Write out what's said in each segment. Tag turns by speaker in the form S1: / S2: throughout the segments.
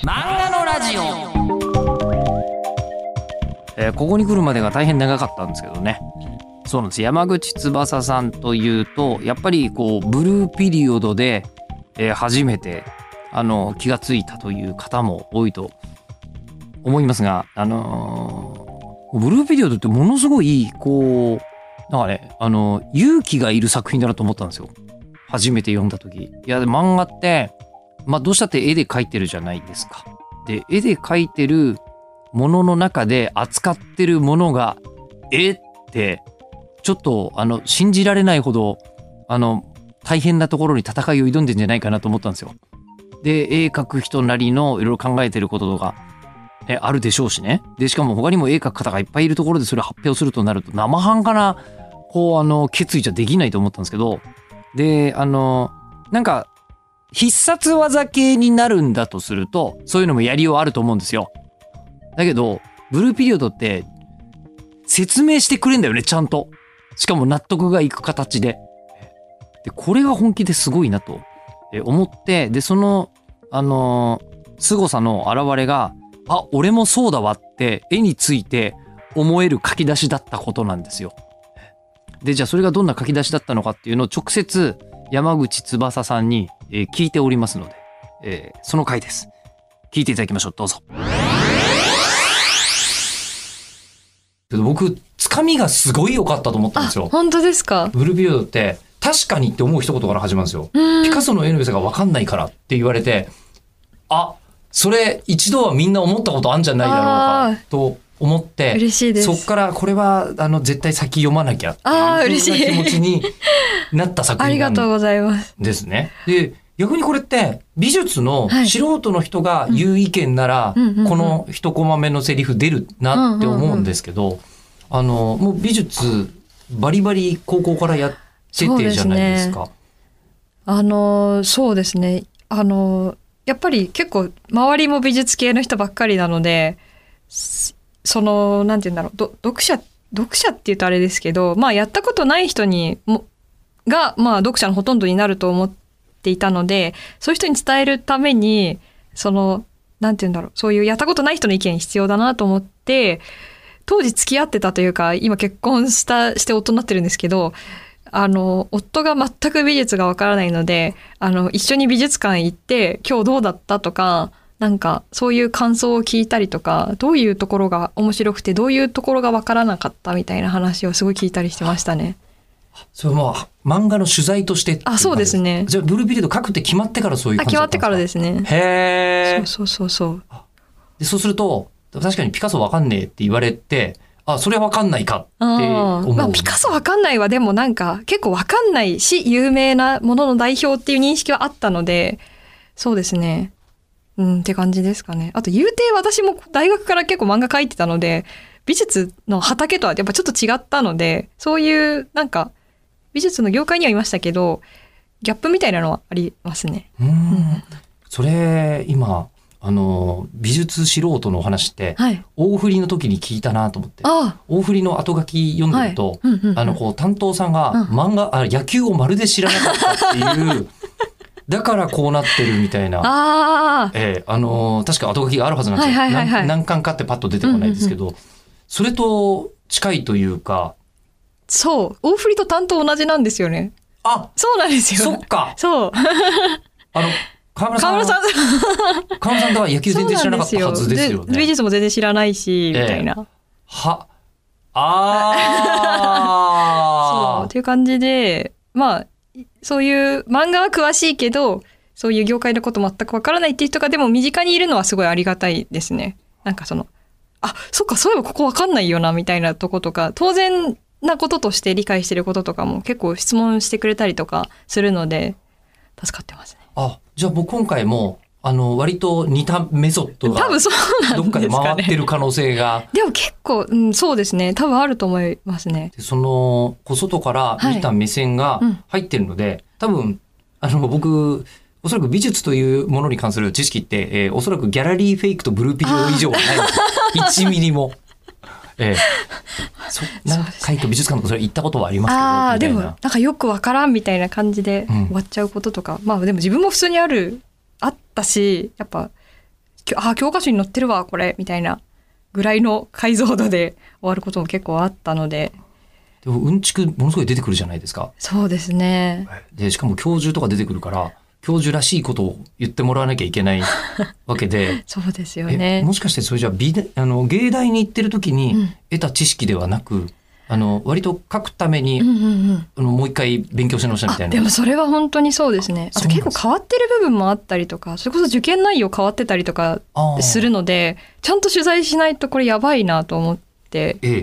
S1: 漫画のラジオ、ここに来るまでが大変長かったんですけどね。そうなんです。山口翼さんというとやっぱりこうブルーピリオドで、初めて気がついたという方も多いと思いますが、ブルーピリオドってものすごいこうなんかね勇気がいる作品だなと思ったんですよ。初めて読んだ時。いや漫画ってどうしたって絵で描いてるじゃないですか。で絵で描いてるものの中で扱ってるものがってちょっと信じられないほど大変なところに戦いを挑んでんじゃないかなと思ったんですよ。で絵描く人なりのいろいろ考えてることとか、あるでしょうしね。でしかも他にも絵描く方がいっぱいいるところでそれを発表するとなると生半可な決意じゃできないと思ったんですけど、でなんか必殺技系になるんだとするとそういうのもやりようあると思うんですよ。だけどブルーピリオドって説明してくれんだよね、ちゃんと。しかも納得がいく形で。でこれが本気ですごいなと思って、でその凄さの表れが俺もそうだわって絵について思える書き出しだったことなんですよ。でじゃあそれがどんな書き出しだったのかっていうのを直接山口翼さんに聞いておりますので、その回です。聞いていただきましょう。どうぞ。僕つかみがすごい良かったと思ったんですよ。
S2: 本当ですか。
S1: ブルーピリオドって確かにって思う一言から始まるんですよ。ピカソの絵の良さが分かんないからって言われて、それ一度はみんな思ったことあるんじゃないだろうかと思って、
S2: 嬉しいです。
S1: そっからこれは絶対先読まなきゃっていう気持ちになった作品なんですね。で逆にこれって美術の素人の人が言う意見なら、この一コマ目のセリフ出るなって思うんですけど、もう美術バリバリ高校からやっててじゃないですか。
S2: そうですね。やっぱり結構周りも美術系の人ばっかりなので、なんて言うんだろう、読者って言うとあれですけど、やったことない人が読者のほとんどになると思っていたので、そういう人に伝えるためになんて言うんだろう、そういうやったことない人の意見必要だなと思って、当時付き合ってたというか今結婚して夫になってるんですけど、夫が全く美術がわからないので一緒に美術館行って今日どうだったとか、なんかそういう感想を聞いたりとか、どういうところが面白くてどういうところがわからなかったみたいな話をすごい聞いたりしてましたね。
S1: それも漫画の取材として
S2: そうですね。
S1: じゃあブルーピリオド書くって決まってからそういう感じだったんですか。
S2: 決まってからですね。
S1: へー。
S2: そう
S1: でそうすると確かにピカソわかんねえって言われて、それはわかんないかって思う。
S2: ピカソわかんないはでもなんか結構わかんないし有名なものの代表っていう認識はあったので、そうですね。って感じですかね。あと言うて私も大学から結構漫画描いてたので、美術の畑とはやっぱちょっと違ったので、そういうなんか美術の業界にはいましたけどギャップみたいなのはありますね。
S1: それ今美術素人のお話って、大振りの時に聞いたなと思って、大振りの後書き読んでると、こう担当さんが野球をまるで知らなかったっていうだからこうなってるみたいな、確か後書きがあるはずなんですよ。何巻かってパッと出てこないですけど、それと近いというか。
S2: そう大振りと担当同じなんですよね。そうなんですよ。
S1: そっか。
S2: そう
S1: 川村さんとは野球全然知らなかったはずですよね。
S2: 美術も全然知らないし、みたいな。そうっていう感じで、そういう漫画は詳しいけどそういう業界のこと全くわからないっていう人がでも身近にいるのはすごいありがたいですね。なんかそっかそういえばここわかんないよなみたいなとことか、当然なこととして理解してることとかも結構質問してくれたりとかするので助かってますね。
S1: じゃあ僕今回も割と似たメソッドが
S2: 多分そうなんですかね。
S1: どっかで回ってる可能性が
S2: でも結構、そうですね、多分あると思いますね。
S1: で外から見た目線が入ってるので、多分僕おそらく美術というものに関する知識って、おそらくギャラリーフェイクとブルーピリオド以上はない1ミリも。何回か美術館とかそれ行ったことはありますけど、
S2: でもなんかよくわからんみたいな感じで終わっちゃうこととか、でも自分も普通にあったし、やっぱ教科書に載ってるわこれみたいなぐらいの解像度で終わることも結構あったので。
S1: でもうんちくものすごい出てくるじゃないですか。
S2: そうですね。
S1: でしかも教授とか出てくるから教授らしいことを言ってもらわなきゃいけないわけで
S2: そうですよね。
S1: もしかしてそれじゃ芸大に行ってる時に得た知識ではなく、割と書くために、もう一回勉強し直したみたいな。
S2: でもそれは本当にそうですね。あと結構変わってる部分もあったりとか、それこそ受験内容変わってたりとかするので、ちゃんと取材しないとこれやばいなと思って、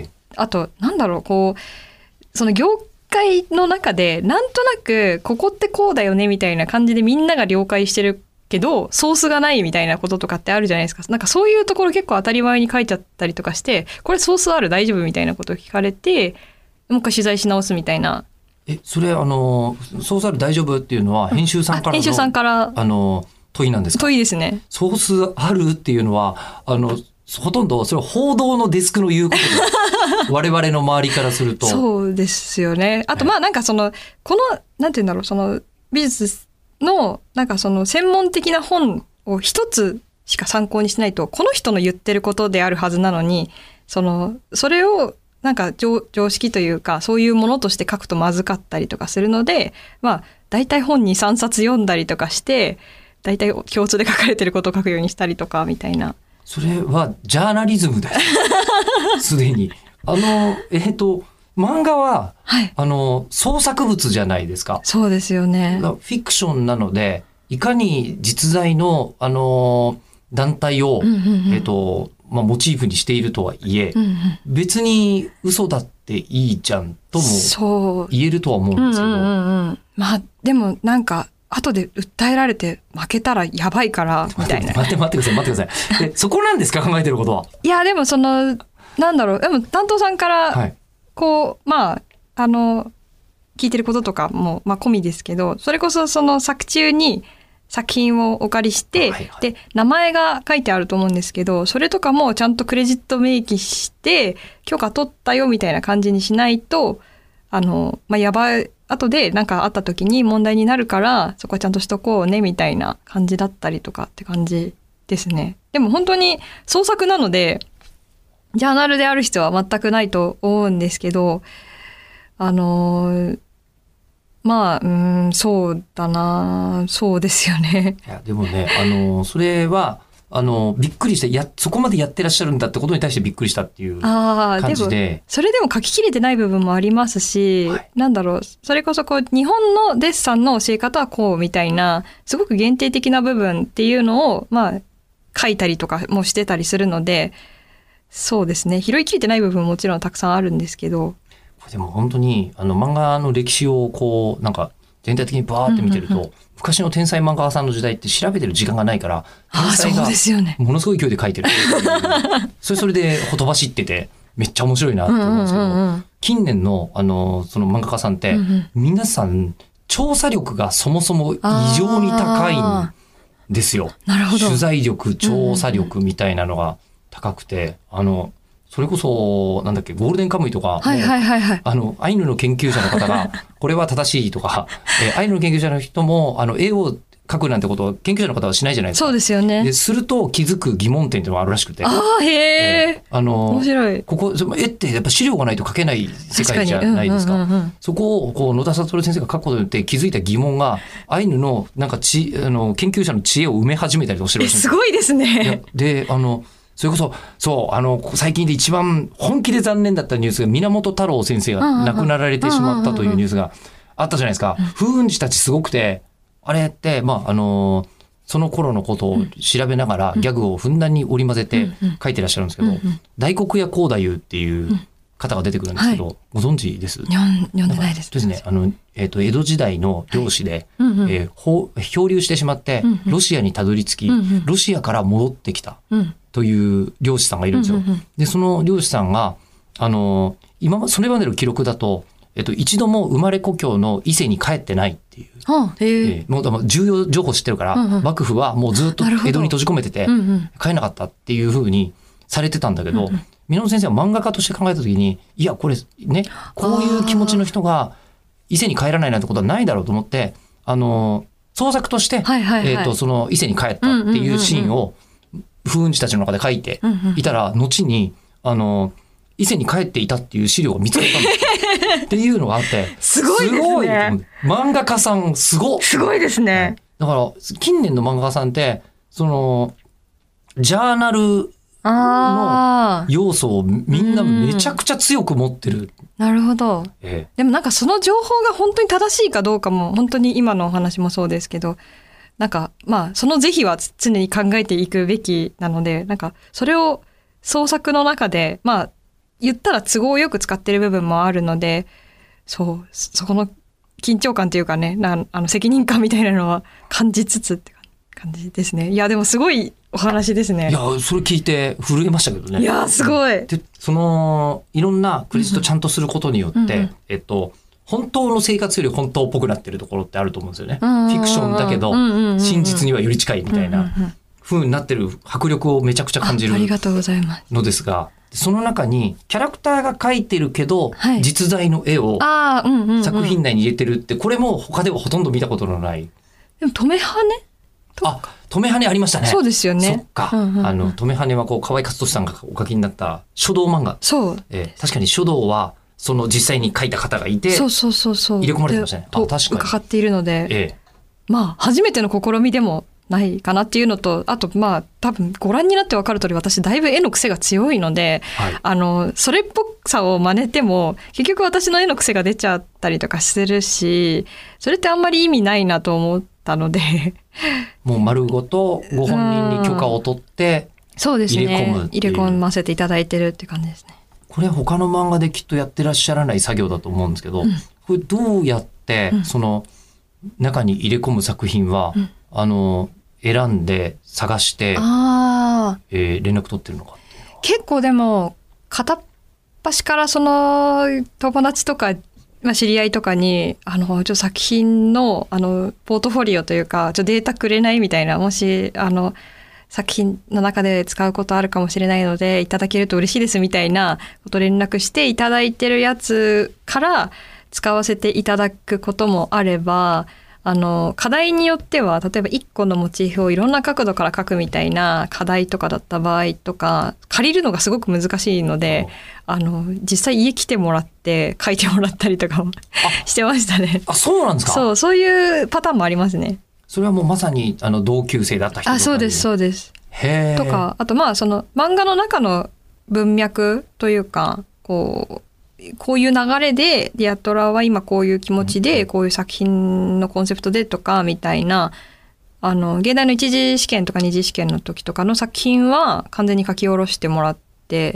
S2: あとなんだろう、こうその業界の中でなんとなくここってこうだよねみたいな感じでみんなが了解してるけどソースがないみたいなこととかってあるじゃないですか。なんかそういうところ結構当たり前に書いちゃったりとかして、これソースある大丈夫みたいなことを聞かれてもう一回取材し直すみたいな。
S1: それソースある大丈夫っていうのは編集さんからの
S2: 編集さんから
S1: 問いなんですか？
S2: 問いですね。
S1: ソースあるっていうのはほとんどそれは報道のデスクの言うことで我々の周りからすると
S2: そうですよね。あとまあなんかこのなんて言うんだろう、その美術のなんかその専門的な本を一つしか参考にしないとこの人の言ってることであるはずなのにそれをなんか常識というかそういうものとして書くとまずかったりとかするので、まあ大体本に3冊読んだりとかして大体共通で書かれてることを書くようにしたりとかみたいな。
S1: それはジャーナリズムですすでに漫画は、はい、創作物じゃないですか。
S2: そうですよね。
S1: フィクションなのでいかに実在の、団体を、モチーフにしているとはいえ、別に嘘だっていいじゃんとも言えるとは思うんですけど、
S2: まあでもなんか後で訴えられて負けたらやばいからみたいな。
S1: 待ってください。そこなんですか考えてることは。
S2: いやでもなんだろう、でも担当さんからこう、まあ聞いてることとかもまあ込みですけど、それこそその作中に作品をお借りして、で名前が書いてあると思うんですけど、それとかもちゃんとクレジット明記して許可取ったよみたいな感じにしないとやばい後で何かあった時に問題になるからそこはちゃんとしとこうねみたいな感じだったりとかって感じですね。でも本当に創作なのでジャーナルである必要は全くないと思うんですけど、そうだな、そうですよね。
S1: いやでもねそれはびっくりしてそこまでやってらっしゃるんだってことに対してびっくりしたっていう感じで。
S2: それでも書ききれてない部分もありますし、はい、なんだろう、それこそ日本のデッサンの教え方はこうみたいなすごく限定的な部分っていうのを書いたりとかもしてたりするので、そうですね、拾いきれてない部分ももちろんたくさんあるんですけど、
S1: これでも本当に漫画の歴史をこうなんか全体的にバーって見てると、昔の天才漫画家さんの時代って調べてる時間がないから天才がものすごい勢いで書いてるそれでほとばしっててめっちゃ面白いなって思うんですけど、近年のその漫画家さんって、皆さん調査力がそもそも異常に高いんですよ。
S2: なるほど。
S1: 取材力調査力みたいなのが高くて、それこそなんだっけゴールデンカムイとか、アイヌの研究者の方がこれは正しいとかアイヌの研究者の人も絵を描くなんてことを研究者の方はしないじゃないですか。
S2: そうですよね。
S1: ですると気づく疑問点っていうのがあるらしくて、
S2: 面白い。
S1: ここ絵ってやっぱ資料がないと描けない世界じゃないですか。そこをこう野田悟先生が描くことによって気づいた疑問がアイヌのなんか研究者の知恵を埋め始めたりとかしてるらしいんですよ。
S2: すごいですね。
S1: でそれこそそう最近で一番本気で残念だったニュースが源太郎先生が亡くなられてしまったというニュースがあったじゃないですか。風雲児たちすごくて、あれってその頃のことを調べながらギャグをふんだんに織り交ぜて書いてらっしゃるんですけど、大黒屋光太夫っていう方が出てくるんですけど、ご存知です？
S2: 読んでないです。
S1: ですね、江戸時代の漁師で、漂流してしまってロシアにたどり着き、ロシアから戻ってきたという漁師さんがいるんですよ。でその漁師さんがそれまでの記録だと、一度も生まれ故郷の伊勢に帰ってないっていう、もう重要情報知ってるから、幕府はもうずっと江戸に閉じ込めてて帰れなかったっていうふうにされてたんだけど、源先生は漫画家として考えた時に、いやこれねこういう気持ちの人が伊勢に帰らないなんてことはないだろうと思って、創作として、その伊勢に帰ったっていうシーンを風雲児たちの中で書いていたら、後に伊勢に帰っていたっていう資料が見つかったんですよっていうのがあって、
S2: すごいですね。
S1: 漫画家さんすご
S2: いですね。
S1: だから近年の漫画家さんってジャーナルの要素をみんなめちゃくちゃ強く持ってる。
S2: なるほど。でもなんかその情報が本当に正しいかどうかも、本当に今のお話もそうですけど、なんかまあその是非は常に考えていくべきなので、なんかそれを創作の中でまあ言ったら都合よく使ってる部分もあるので、そこの緊張感というかね、責任感みたいなのは感じつつって感じですね。いやでもすごいお話ですね。
S1: いやそれ聞いて震えましたけどね。
S2: いやすごい。
S1: でいろんなクレジットちゃんとすることによって、本当の生活より本当っぽくなってるところってあると思うんですよね。フィクションだけど真実にはより近いみたいな風になってる迫力をめちゃくちゃ感じるのですが、その中にキャラクターが描いてるけど、実在の絵を作品内に入れてるって、これも他ではほとんど見たことのない。
S2: でも止め羽
S1: 止め羽ありましたね。
S2: そうですよね。
S1: そっか。止め羽は河合克俊さんがお書きになった書道漫画。
S2: そう。
S1: 確かに書道は実際に書いた方がいて、
S2: そう
S1: 入れ込まれてましたね。確かに。
S2: 伺っているので、まあ初めての試みでもないかなっていうのと、あとまあ多分ご覧になって分かる通り、私だいぶ絵の癖が強いので、それっぽさを真似ても結局私の絵の癖が出ちゃったりとかするし、それってあんまり意味ないなと思ったので
S1: もう丸ごとご本人に許可を取って入れ込む、
S2: 入れ込ませていただいてるって感じですね。
S1: これ他の漫画できっとやってらっしゃらない作業だと思うんですけど、これどうやってその中に入れ込む作品は、選んで探して、連絡取ってるのかっていうのは。
S2: 結構でも片っ端からその友達とか、知り合いとかに作品のポートフォリオというかデータくれないみたいな、もし作品の中で使うことあるかもしれないのでいただけると嬉しいですみたいなことを連絡していただいてるやつから使わせていただくこともあれば、課題によっては例えば1個のモチーフをいろんな角度から描くみたいな課題とかだった場合とか、借りるのがすごく難しいので、実際家来てもらって描いてもらったりとかもしてましたね。
S1: そうなんですか。
S2: そういうパターンもありますね。
S1: それはもうまさに同級生だった人とかに。
S2: そうですとか、あとその漫画の中の文脈というか、こういう流れでディアトラは今こういう気持ちでこういう作品のコンセプトでとかみたいな、芸大の一次試験とか二次試験の時とかの作品は完全に書き下ろしてもらって、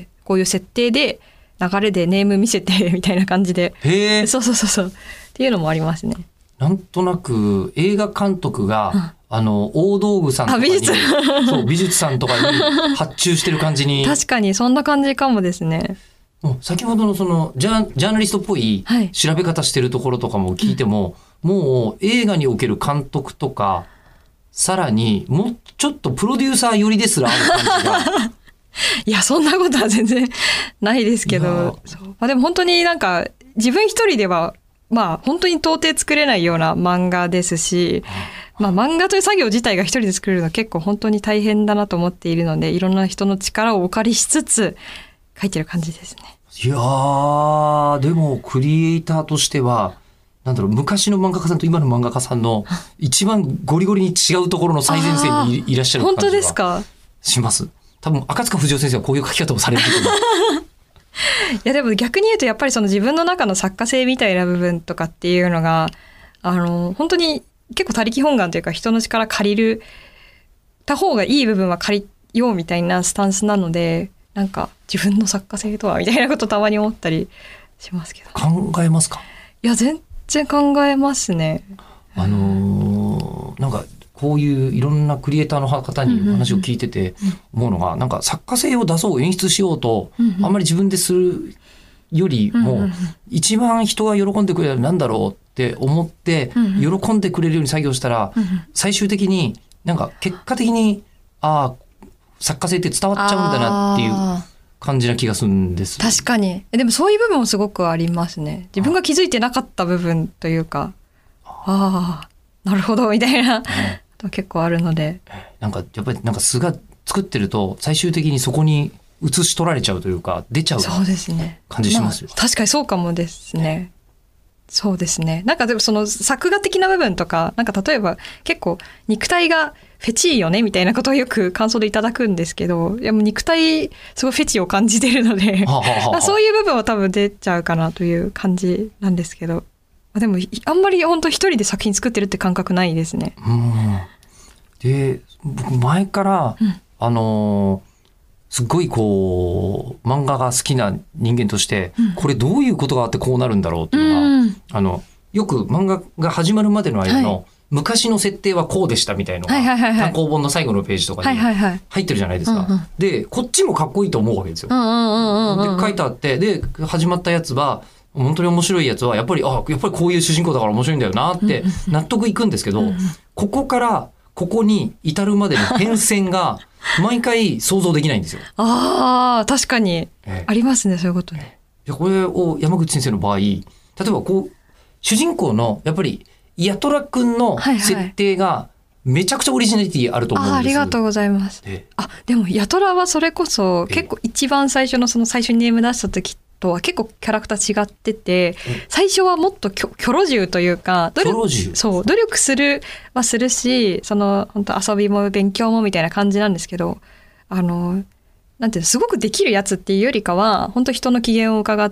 S2: こういう設定で流れでネーム見せてみたいな感じで、そうっていうのもありますね。
S1: なんとなく映画監督が、大道具さんとかに美術さんとかに発注してる感じに
S2: 確かにそんな感じかもですね。
S1: 先ほどのジャーナリストっぽい調べ方してるところとかも聞いても、もう映画における監督とか、さらにもうちょっとプロデューサー寄りですらある感じが
S2: いやそんなことは全然ないですけど、でも本当になんか自分一人では本当に到底作れないような漫画ですし、漫画という作業自体が一人で作れるのは結構本当に大変だなと思っているので、いろんな人の力をお借りしつつ書いてる感じですね。
S1: いやー、でもクリエイターとしては昔の漫画家さんと今の漫画家さんの一番ゴリゴリに違うところの最前線にいらっしゃる感じがします。多分赤塚不二夫先生はこういう書き方をされると思う
S2: いやでも逆に言うとやっぱりその自分の中の作家性みたいな部分とかっていうのが本当に結構他力本願というか、人の力借りた方がいい部分は借りようみたいなスタンスなので、なんか自分の作家性とはみたいなことたまに思ったりしますけど。
S1: 考えますか？
S2: いや全然考えますね。
S1: なんかこういういろんなクリエイターの方に話を聞いてて思うのが、なんか作家性を出そう演出しようとあんまり自分でするよりも、一番人が喜んでくれるなんだろうって思って喜んでくれるように作業したら、最終的になんか結果的に作家性って伝わっちゃうんだなっていう感じな気がするんです。
S2: 確かに。でもそういう部分もすごくありますね。自分が気づいてなかった部分というか、なるほどみたいな、結構あるので。
S1: なんかやっぱりなんか素が作ってると最終的にそこに写し取られちゃうというか出ちゃう
S2: そうですね。
S1: 感じしますよ。
S2: 確かにそうかもですね。そうですね。なんかでもその作画的な部分とか、なんか例えば結構肉体がフェチいよねみたいなことをよく感想でいただくんですけど、いやもう肉体すごいフェチを感じてるのでそういう部分は多分出ちゃうかなという感じなんですけど、でもあんまり本当一人で作品作ってるって感覚ないですね。
S1: で僕前から、すっごいこう漫画が好きな人間として、これどういうことがあってこうなるんだろうっていうのが、よく漫画が始まるまでの間の、昔の設定はこうでしたみたいのが、単行本の最後のページとかに入ってるじゃないですか。でこっちもかっこいいと思うわけですよ。で書いてあって、で始まったやつは本当に面白いやつはやっぱりこういう主人公だから面白いんだよなって納得いくんですけど、ここからここに至るまでの変遷が毎回想像できないんですよ。
S2: 確かにありますね、そういうことね。
S1: これを山口先生の場合、例えばこう主人公のやっぱり八虎くんの設定がめちゃくちゃオリジナリティあると思うんです。
S2: ありがとうございます。でも八虎はそれこそ結構一番最初のその最初にネーム出した時とは結構キャラクター違ってて、最初はもっとキョロ獣というか努力するはするし、その本当遊びも勉強もみたいな感じなんですけど、なんていうの、すごくできるやつっていうよりかは本当人の機嫌を伺って、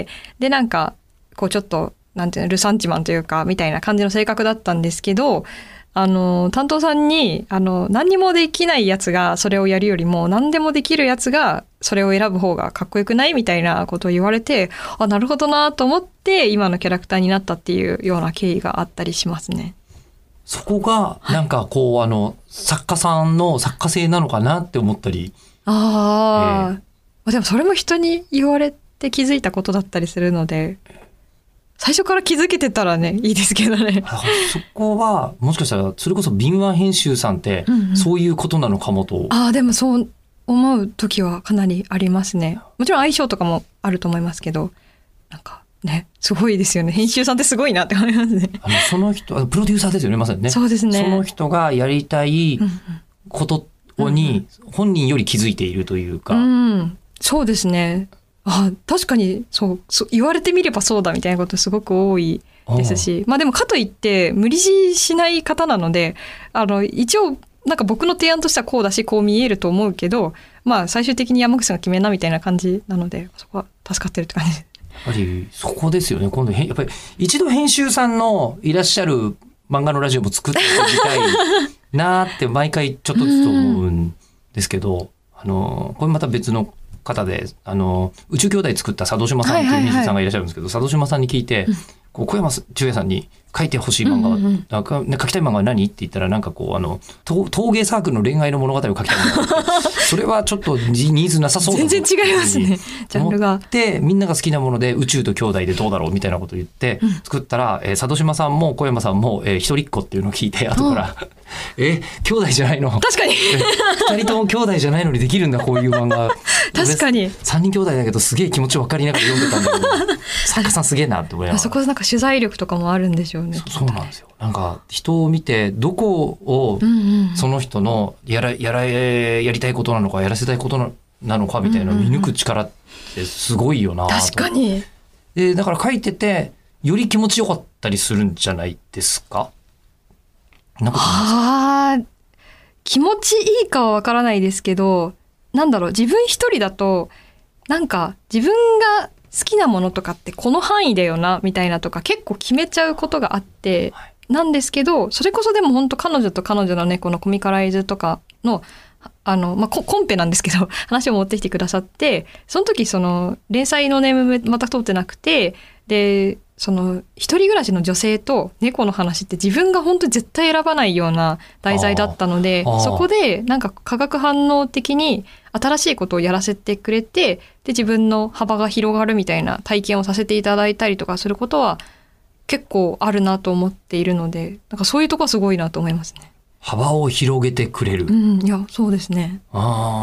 S2: でなんかこうちょっとなんていうの、ルサンチマンというかみたいな感じの性格だったんですけど、担当さんに何にもできないやつがそれをやるよりも何でもできるやつがそれを選ぶ方がかっこよくないみたいなことを言われて、なるほどなと思って今のキャラクターになったっていうような経緯があったりしますね。
S1: そこがなんかこう、作家さんの作家性なのかなって思ったり。でも
S2: それも人に言われて気づいたことだったりするので、最初から気づけてたらねいいですけどね。
S1: そこはもしかしたらそれこそ敏腕編集さんってそういうことなのかもと。
S2: でもそう思う時はかなりありますね。もちろん相性とかもあると思いますけど、なんかねすごいですよね。編集さんってすごいなって思いますね。
S1: その人プロデューサーですよね、まさにね。
S2: そうですね。
S1: その人がやりたいことに本人より気づいているというか。
S2: そうですね。確かにそう言われてみればそうだみたいなことすごく多いですし、でもかといって無理強いしない方なので、一応なんか僕の提案としてはこうだしこう見えると思うけど、最終的に山口さんが決めなみたいな感じなので、そこは助かってるって感じです。
S1: やっぱりそこですよね。今度やっぱり一度編集さんのいらっしゃる漫画のラジオも作ってみたいなって毎回ちょっとずつ思うんですけど、これまた別の方で宇宙兄弟作った佐渡島さんという編集さんがいらっしゃるんですけど、佐渡島さんに聞いて、小山中也さんに書いてほしい漫画は、書きたい漫画は何って言ったら、なんかこう陶芸サークルの恋愛の物語を書きたい漫画ってそれはちょっとニーズなさそうだ
S2: 全然違いますね、ジャンルが。
S1: でみんなが好きなもので宇宙と兄弟でどうだろうみたいなことを言って作ったら、佐渡島さんも小山さんも、一人っ子っていうのを聞いて後から兄弟じゃないの、
S2: 確かに
S1: 2人とも兄弟じゃないのにできるんだこういう漫画
S2: 確かに
S1: 3人兄弟だけどすげえ気持ち分かりながら読んでたんだけど作家さんすげえなって思いながら。
S2: そこでなんか取材力とかもあるんでしょうね。
S1: そうなんですよ。なんか人を見てどこをその人のやりたいことなのかやらせたいことなのかみたいなのを見抜く力ってすごいよなと。
S2: 確かに。
S1: でだから書いててより気持ちよかったりするんじゃないですか。なんか
S2: 気持ちいいかはわからないですけど、なんだろう、自分一人だとなんか自分が好きなものとかってこの範囲だよなみたいなとか結構決めちゃうことがあって、なんですけど、それこそでも本当彼女と彼女のねこのコミカライズとかのコンペなんですけど話を持ってきてくださって、その時その連載のネーム全く通ってなくて、でその一人暮らしの女性と猫の話って自分が本当に絶対選ばないような題材だったので、そこでなんか化学反応的に新しいことをやらせてくれて、で自分の幅が広がるみたいな体験をさせていただいたりとかすることは結構あるなと思っているので、なんかそういうとこはすごいなと思いますね。
S1: 幅を広げてくれる。
S2: いやそうですね。
S1: じゃ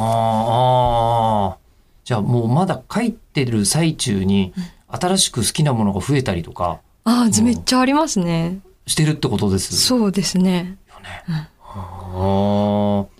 S1: あもうまだ書いてる最中に新しく好きなものが増えたりとか、
S2: めっちゃありますね。
S1: してるってことです。
S2: そうですね。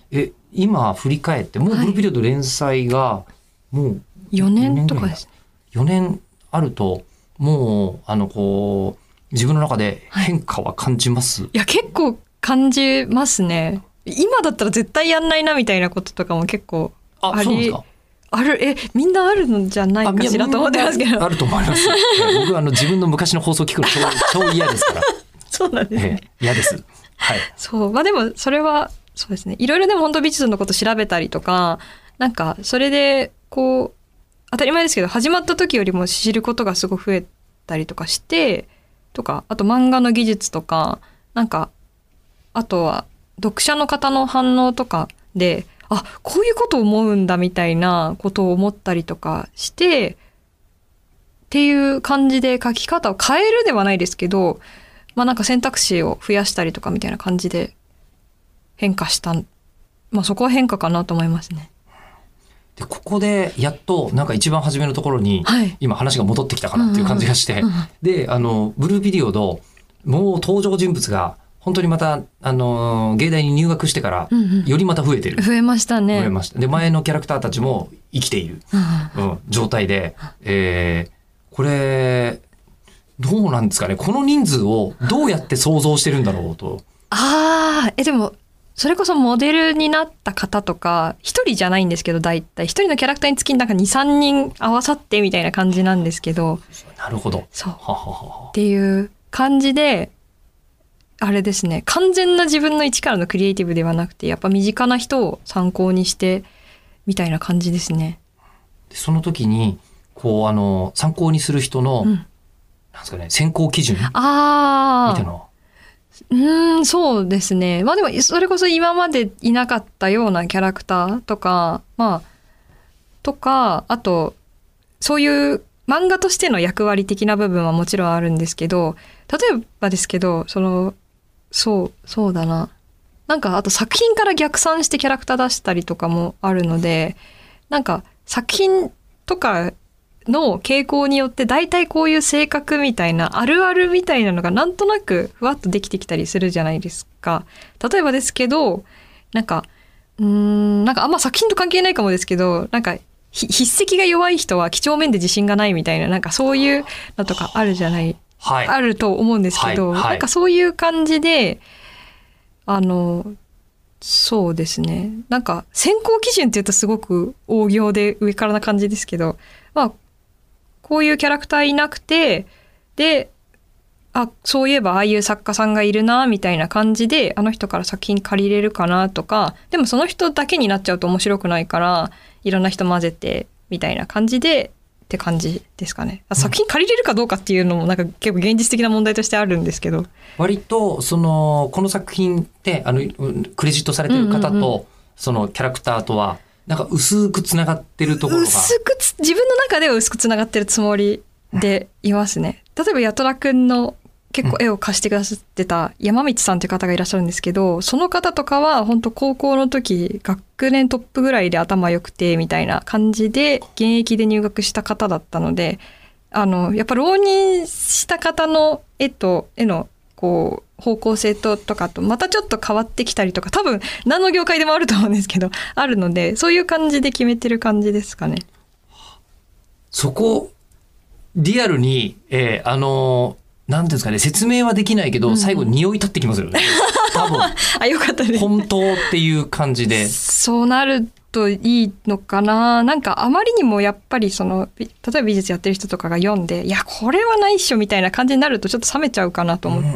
S1: 今振り返ってもうブルーピリオド連載がもう
S2: 4年とかですね。
S1: 4年あるともうこう自分の中で変化は感じます？
S2: いや結構感じますね。今だったら絶対やんないなみたいなこととかも結構
S1: そうなんですか？
S2: みんなあるのじゃないかしらと思ってますけど。
S1: あると思います。僕は自分の昔の放送聞くの超嫌ですから。
S2: そうなんですね。
S1: 嫌です。はい。
S2: そう。でもそれはそうですね。いろいろでも本当美術のこと調べたりとか、なんかそれでこう当たり前ですけど始まった時よりも知ることがすごい増えたりとかしてとか、あと漫画の技術とか、なんかあとは読者の方の反応とかで、こういうことを思うんだみたいなことを思ったりとかしてっていう感じで書き方を変えるではないですけど、なんか選択肢を増やしたりとかみたいな感じで変化した。そこは変化かなと思いますね。
S1: でここでやっとなんか一番初めのところに今話が戻ってきたかなっていう感じがして、でブルーピリオドもう登場人物が本当にまた芸大に入学してからよりまた増えてる、
S2: 増えましたね。
S1: 増えました。で前のキャラクターたちも生きている、状態で、これどうなんですかね。この人数をどうやって想像してるんだろうと。
S2: でもそれこそモデルになった方とか一人じゃないんですけど、だいたい一人のキャラクターにつきなんか 2,3 人合わさってみたいな感じなんですけど。
S1: なるほど。
S2: そうっていう感じで、あれですね、完全な自分の一からのクリエイティブではなくて、やっぱ身近な人を参考にしてみたいな感じですね。
S1: その時にこう参考にする人の、なんですかね、選考基準みたいなの。
S2: そうですね。でもそれこそ今までいなかったようなキャラクターとか、とか、あとそういう漫画としての役割的な部分はもちろんあるんですけど、例えばですけど、そうだな。なんかあと作品から逆算してキャラクター出したりとかもあるので、なんか作品とかの傾向によって大体こういう性格みたいなあるあるみたいなのがなんとなくふわっとできてきたりするじゃないですか。例えばですけど、なんかあんま作品と関係ないかもですけど、なんか筆跡が弱い人は几帳面で自信がないみたいな、なんかそういうのとかあるじゃない、あると思うんですけど、なんかそういう感じでそうですね。なんか選考基準って言うとすごく大行で上からな感じですけど、こういうキャラクターいなくて、で、そういえばああいう作家さんがいるなみたいな感じで、あの人から作品借りれるかなとか、でもその人だけになっちゃうと面白くないから、いろんな人混ぜてみたいな感じでって感じですかね。作品借りれるかどうかっていうのもなんか結構現実的な問題としてあるんですけど。
S1: 割とこの作品ってクレジットされてる方と、そのキャラクターとはなんか薄くつながってるところが
S2: 自分の中では薄くつながってるつもりでいますね。例えば八虎くんの結構絵を貸してくださってた山道さんという方がいらっしゃるんですけど、その方とかは本当高校の時学年トップぐらいで頭良くてみたいな感じで現役で入学した方だったので、やっぱ浪人した方の絵のこう方向性とかとまたちょっと変わってきたりとか、多分何の業界でもあると思うんですけどあるので、そういう感じで決めてる感じですかね。
S1: そこリアルになんですかね、説明はできないけど、最後匂い立ってきますよね。多分。
S2: よかったです。
S1: 本当っていう感じで。
S2: そうなるといいのかな。なんかあまりにもやっぱり例えば美術やってる人とかが読んで、いやこれはないっしょみたいな感じになるとちょっと冷めちゃうかなと思って。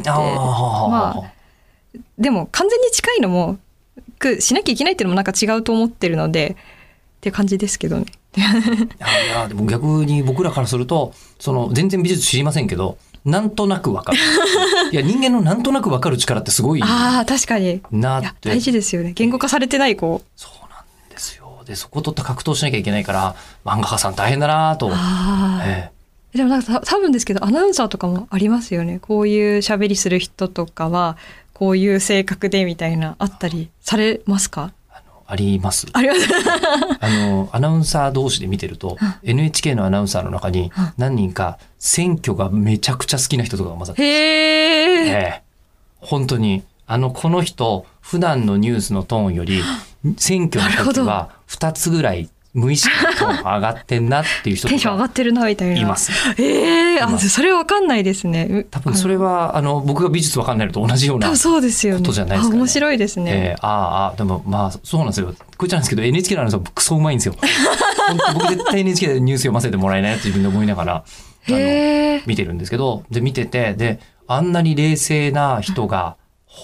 S2: でも完全に近いのもしなきゃいけないっていうのもなんか違うと思ってるのでっていう感じですけどね。
S1: いやでも逆に僕らからすると全然美術知りませんけど、なんとなくわかる。いや人間のなんとなくわかる力ってすごい
S2: 確かに
S1: なって。
S2: 大事ですよね。言語化されてない
S1: そうなんですよ。でそこと格闘しなきゃいけないから漫画家さん大変だなと。
S2: でもなんか多分ですけどアナウンサーとかもありますよね。こういう喋りする人とかはこういう性格でみたいなあったりされますか？
S1: あります。
S2: あります。
S1: アナウンサー同士で見てると、NHK のアナウンサーの中に何人か選挙がめちゃくちゃ好きな人とかが混ざって、本当にこの人普段のニュースのトーンより選挙の時は2つぐらい無意識にトーン上がってんなっていう人
S2: テンション上がってるなみたいな。
S1: います。
S2: それわかんないですね。
S1: 多分それは僕が美術わかんないのと同じようなこと
S2: そうですよね。
S1: じゃないですかね。
S2: 面白いですね。
S1: でもまあそうなんですよ。こいつなんですけど NHK のアナウンサークソうまいんですよ。本当僕絶対 NHK でニュース読ませてもらえないなって自分で思いながら見てるんですけど、で見てて、であんなに冷静な人が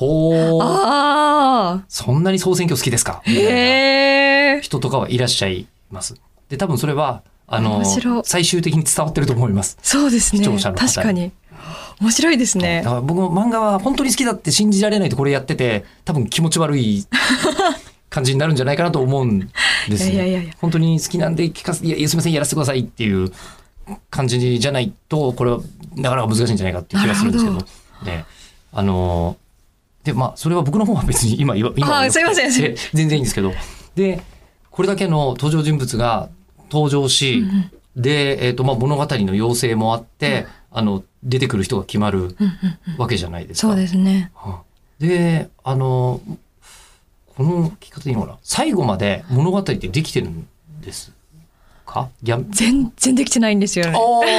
S1: そんなに総選挙好きですかみたいな人とかはいらっしゃいます。で多分それは最終的に伝わってると思います。
S2: そうですね。
S1: 視聴者の方に。
S2: 確かに面白いですね。
S1: だから僕も漫画は本当に好きだって信じられないとこれやってて、多分気持ち悪い感じになるんじゃないかなと思うんですね。
S2: いや本
S1: 当に好きなんですみませんやらせてくださいっていう感じじゃないとこれはなかなか難しいんじゃないかっていう気がするんですけど。でまあそれは僕の方は別に今すいません全然いいんですけど、でこれだけの登場人物が登場し、で物語の要請もあって、出てくる人が決まるわけじゃないですか。
S2: そうですね。
S1: でこの聞き方でいいのかな、最後まで物語ってできてるんですか？
S2: 全然できてないんですよね。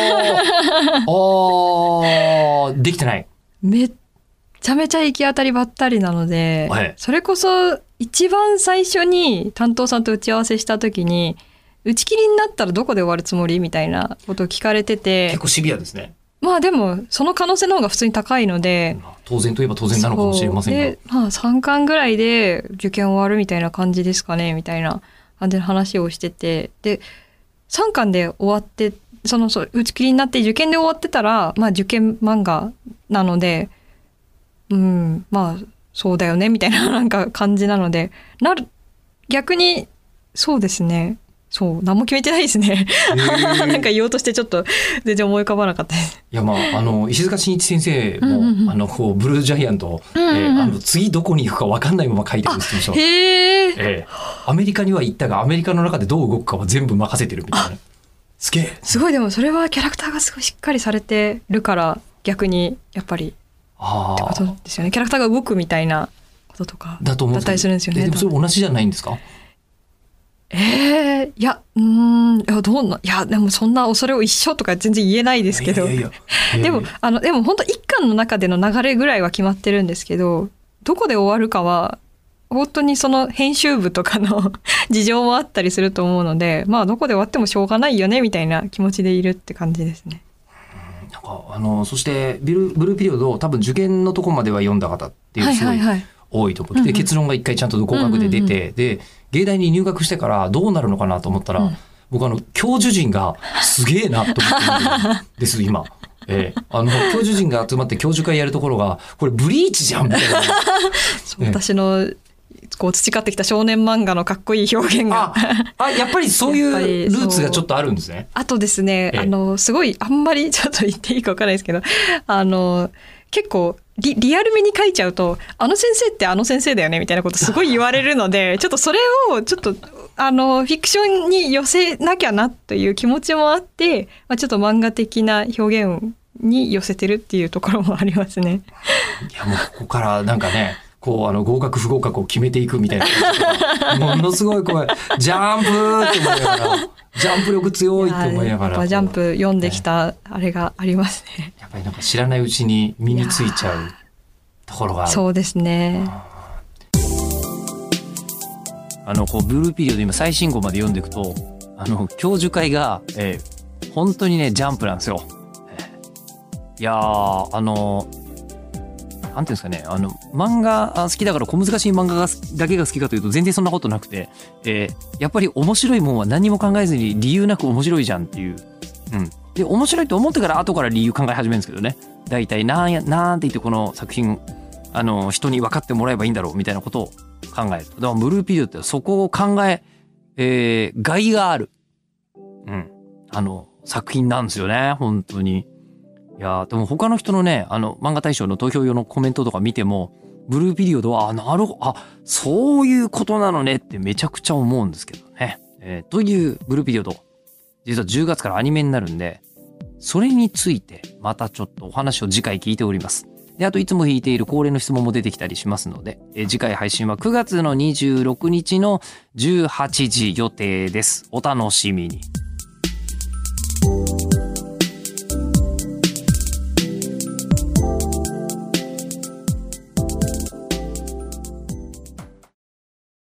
S1: できてない。
S2: めっちゃめちゃ行き当たりばったりなので、それこそ一番最初に担当さんと打ち合わせした時に、打ち切りになったらどこで終わるつもりみたいなことを聞かれてて、
S1: 結構シビアですね。
S2: まあでもその可能性の方が普通に高いので、
S1: 当然といえば当然なのかもしれませんが、
S2: で、3巻ぐらいで受験終わるみたいな感じですかねみたいな感じの話をしてて、で3巻で終わって打ち切りになって受験で終わってたら、受験漫画なので、まあそうだよねみたいななんか感じなので、逆にそうですね。そう何も決めてないですね。なんか言おうとしてちょっと全然思い浮かばなかったです。
S1: いや石塚真一先生も、ブルージャイアント、次どこに行くか分かんないまま書いてるんですけど、アメリカには行ったがアメリカの中でどう動くかは全部任せてるみたいな。す
S2: ごい。でもそれはキャラクターがすごいしっかりされてるから逆にやっぱりってことですよね。キャラクターが動くみたいなこととかだったりするんですよね。
S1: でもそれ同じじゃないんですか？
S2: いやでもそんなそれを一緒とか全然言えないですけど、でも本当一巻の中での流れぐらいは決まってるんですけど、どこで終わるかは本当にその編集部とかの事情もあったりすると思うので、どこで終わってもしょうがないよねみたいな気持ちでいるって感じですね。
S1: そしてブルーピリオドを多分受験のとこまでは読んだ方っていうすごい多いと思って、結論が一回ちゃんと合格で出て、で芸大に入学してからどうなるのかなと思ったら、僕教授陣がすげえなと思ってるんです今。教授陣が集まって教授会やるところがこれブリーチじゃんみたいな。
S2: 私の培ってきた少年漫画のかっこいい表現が
S1: やっぱりそういうルーツがちょっとあるんですね。
S2: あとですね、すごいあんまりちょっと言っていいか分からないですけど、結構リアルめに書いちゃうと先生って先生だよねみたいなことすごい言われるのでちょっとそれをちょっとフィクションに寄せなきゃなという気持ちもあって、ちょっと漫画的な表現に寄せてるっていうところもありますね。
S1: いやもうここからなんかね合格不合格を決めていくみたいなものすごいジャンプって思いながらジャンプ力強いって思いながら
S2: ジャンプ読んできたあれがありますね。
S1: やっぱりなんか知らないうちに身についちゃうところがある。
S2: そうですね。
S1: ブルーピリオド今最新号まで読んでいくと教授会が、本当にねジャンプなんですよ。いやなんていうんですかね、漫画好きだから小難しい漫画だけが好きかというと全然そんなことなくて、やっぱり面白いもんは何も考えずに理由なく面白いじゃんっていう、で面白いと思ってから後から理由考え始めるんですけどね、大体なんて言ってこの作品人に分かってもらえばいいんだろうみたいなことを考える。だからブルーピリオドってそこを考えがいがある、作品なんですよね本当に。いやでも他の人のね漫画大賞の投票用のコメントとか見てもブルーピリオドはなるほどそういうことなのねってめちゃくちゃ思うんですけどね。というブルーピリオド実は10月からアニメになるんで、それについてまたちょっとお話を次回聞いております。 で、あといつも引いている恒例の質問も出てきたりしますので、次回配信は9月の26日の18時予定です。お楽しみに。